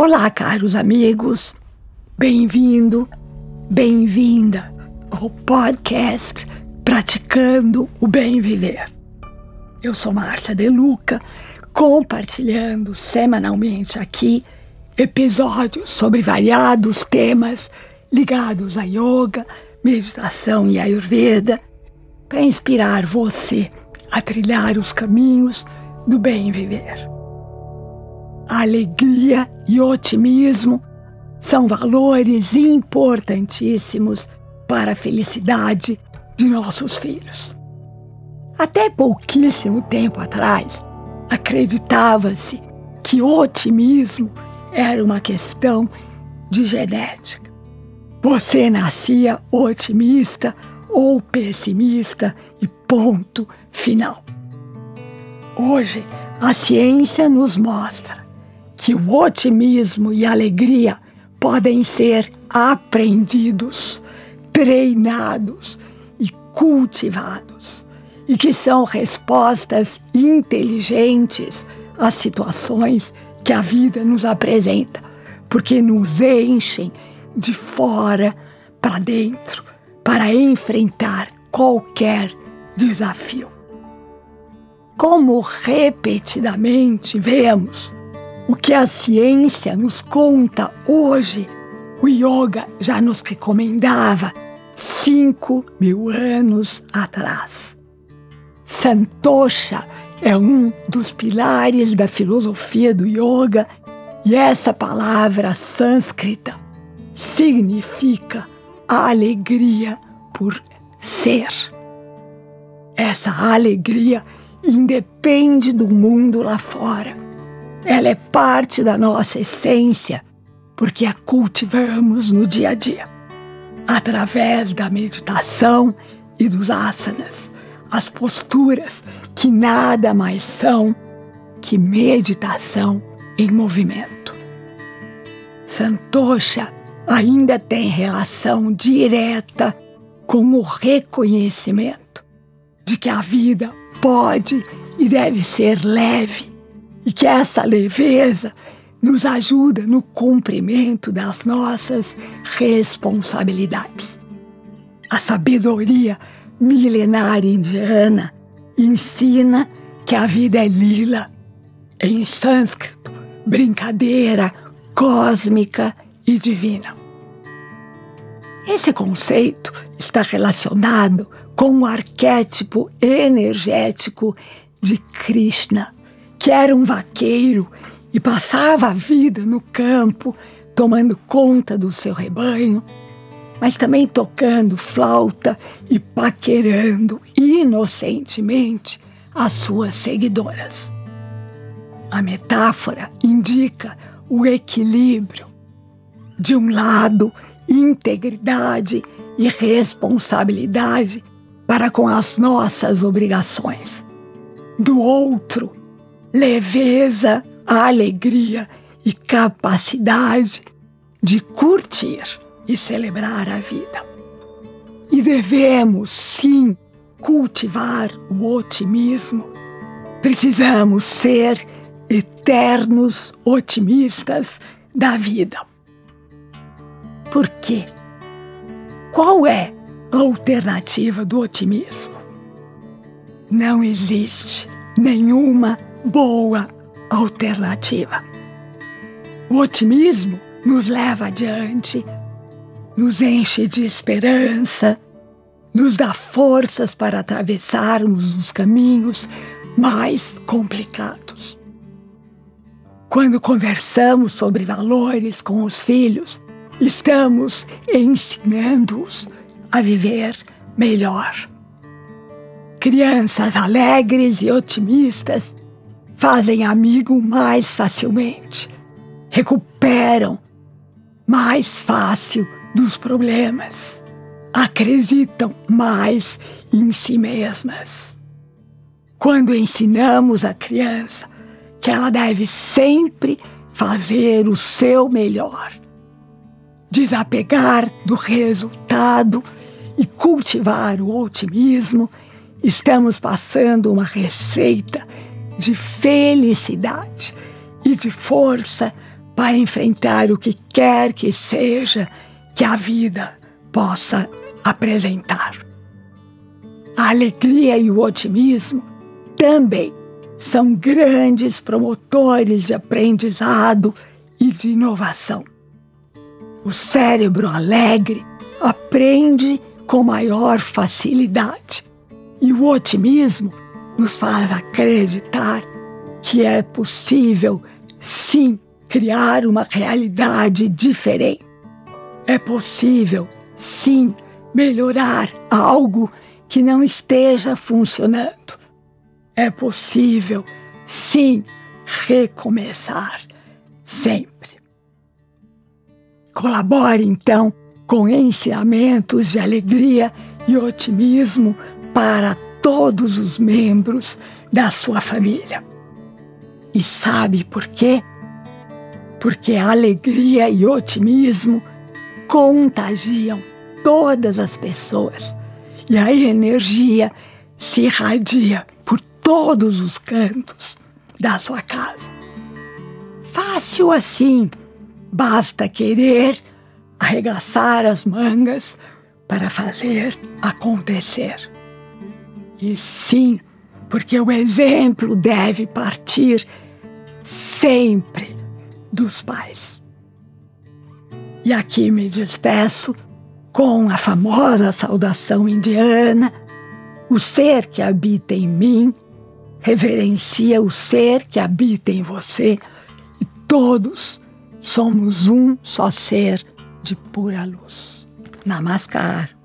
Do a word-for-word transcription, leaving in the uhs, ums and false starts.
Olá, caros amigos, bem-vindo, bem-vinda ao podcast Praticando o Bem Viver. Eu sou Márcia De Luca, compartilhando semanalmente aqui episódios sobre variados temas ligados a yoga, meditação e ayurveda, para inspirar você a trilhar os caminhos do bem viver. A alegria e otimismo são valores importantíssimos para a felicidade de nossos filhos. Até pouquíssimo tempo atrás, acreditava-se que o otimismo era uma questão de genética. Você nascia otimista ou pessimista e ponto final. Hoje, a ciência nos mostra que o otimismo e a alegria podem ser aprendidos, treinados e cultivados, e que são respostas inteligentes às situações que a vida nos apresenta, porque nos enchem de fora para dentro para enfrentar qualquer desafio. Como repetidamente vemos, o que a ciência nos conta hoje, o yoga já nos recomendava cinco mil anos atrás. Santosha é um dos pilares da filosofia do yoga e essa palavra sânscrita significa a alegria por ser. Essa alegria independe do mundo lá fora. Ela é parte da nossa essência, porque a cultivamos no dia a dia, através da meditação e dos asanas, as posturas que nada mais são que meditação em movimento. Santosha ainda tem relação direta com o reconhecimento de que a vida pode e deve ser leve, e que essa leveza nos ajuda no cumprimento das nossas responsabilidades. A sabedoria milenar indiana ensina que a vida é lila, em sânscrito, brincadeira cósmica e divina. Esse conceito está relacionado com o arquétipo energético de Krishna, que era um vaqueiro e passava a vida no campo, tomando conta do seu rebanho, mas também tocando flauta e paquerando inocentemente as suas seguidoras. A metáfora indica o equilíbrio. De um lado, integridade e responsabilidade para com as nossas obrigações. Do outro, leveza, alegria e capacidade de curtir e celebrar a vida. E devemos, sim, cultivar o otimismo. Precisamos ser eternos otimistas da vida. Por quê? Qual é a alternativa do otimismo? Não existe nenhuma boa alternativa. O otimismo nos leva adiante, nos enche de esperança, nos dá forças para atravessarmos os caminhos mais complicados. Quando conversamos sobre valores com os filhos, estamos ensinando-os a viver melhor. Crianças alegres e otimistas fazem amigo mais facilmente, recuperam mais fácil dos problemas, acreditam mais em si mesmas. Quando ensinamos a criança que ela deve sempre fazer o seu melhor, desapegar do resultado e cultivar o otimismo, estamos passando uma receita de felicidade e de força para enfrentar o que quer que seja que a vida possa apresentar. A alegria e o otimismo também são grandes promotores de aprendizado e de inovação. O cérebro alegre aprende com maior facilidade e o otimismo nos faz acreditar que é possível, sim, criar uma realidade diferente. É possível, sim, melhorar algo que não esteja funcionando. É possível, sim, recomeçar sempre. Colabore, então, com ensinamentos de alegria e otimismo para todos os membros da sua família. E sabe por quê? Porque a alegria e otimismo contagiam todas as pessoas e a energia se irradia por todos os cantos da sua casa. Fácil assim, basta querer arregaçar as mangas para fazer acontecer. E sim, porque o exemplo deve partir sempre dos pais. E aqui me despeço com a famosa saudação indiana: o ser que habita em mim reverencia o ser que habita em você, e todos somos um só ser de pura luz. Namaskar.